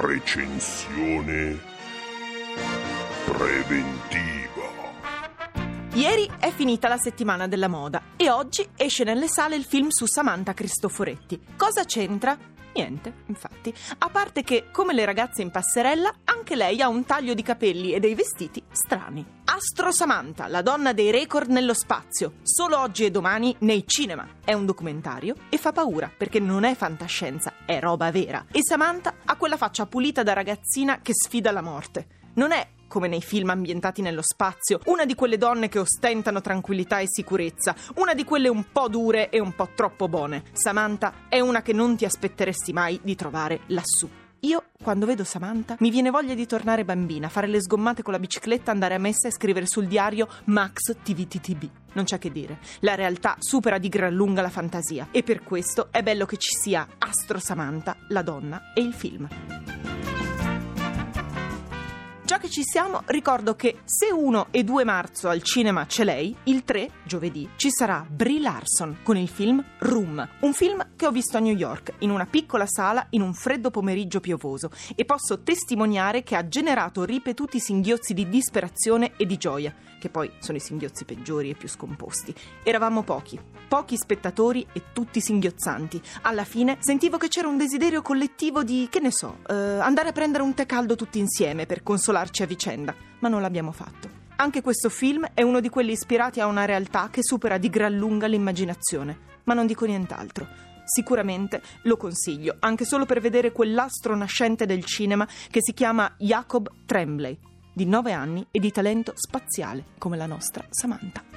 recensione preventiva. Ieri è finita la settimana della moda e oggi esce nelle sale il film su Samantha Cristoforetti. Cosa c'entra? Niente, infatti. A parte che, come le ragazze in passerella, anche lei ha un taglio di capelli e dei vestiti strani. Astro Samantha, la donna dei record nello spazio. Solo oggi e domani nei cinema. È un documentario e fa paura, perché non è fantascienza, è roba vera. E Samantha ha quella faccia pulita da ragazzina che sfida la morte. Non è, come nei film ambientati nello spazio, una di quelle donne che ostentano tranquillità e sicurezza, una di quelle un po' dure e un po' troppo buone. Samantha è una che non ti aspetteresti mai di trovare lassù. Io, quando vedo Samantha, mi viene voglia di tornare bambina, fare le sgommate con la bicicletta, andare a messa e scrivere sul diario Max TVTTB. Non c'è che dire. La realtà supera di gran lunga la fantasia. E per questo è bello che ci sia Astro Samantha, la donna e il film. Già che ci siamo, ricordo che se 1 e 2 marzo al cinema c'è lei, il 3, giovedì, ci sarà Brie Larson con il film Room, un film che ho visto a New York, in una piccola sala in un freddo pomeriggio piovoso, e posso testimoniare che ha generato ripetuti singhiozzi di disperazione e di gioia, che poi sono i singhiozzi peggiori e più scomposti. Eravamo pochi spettatori e tutti singhiozzanti. Alla fine sentivo che c'era un desiderio collettivo di, che ne so, andare a prendere un tè caldo tutti insieme per consolarci a vicenda, ma non l'abbiamo fatto. Anche questo film è uno di quelli ispirati a una realtà che supera di gran lunga l'immaginazione, ma non dico nient'altro. Sicuramente lo consiglio, anche solo per vedere quell'astro nascente del cinema che si chiama Jacob Tremblay, di 9 anni e di talento spaziale come la nostra Samantha.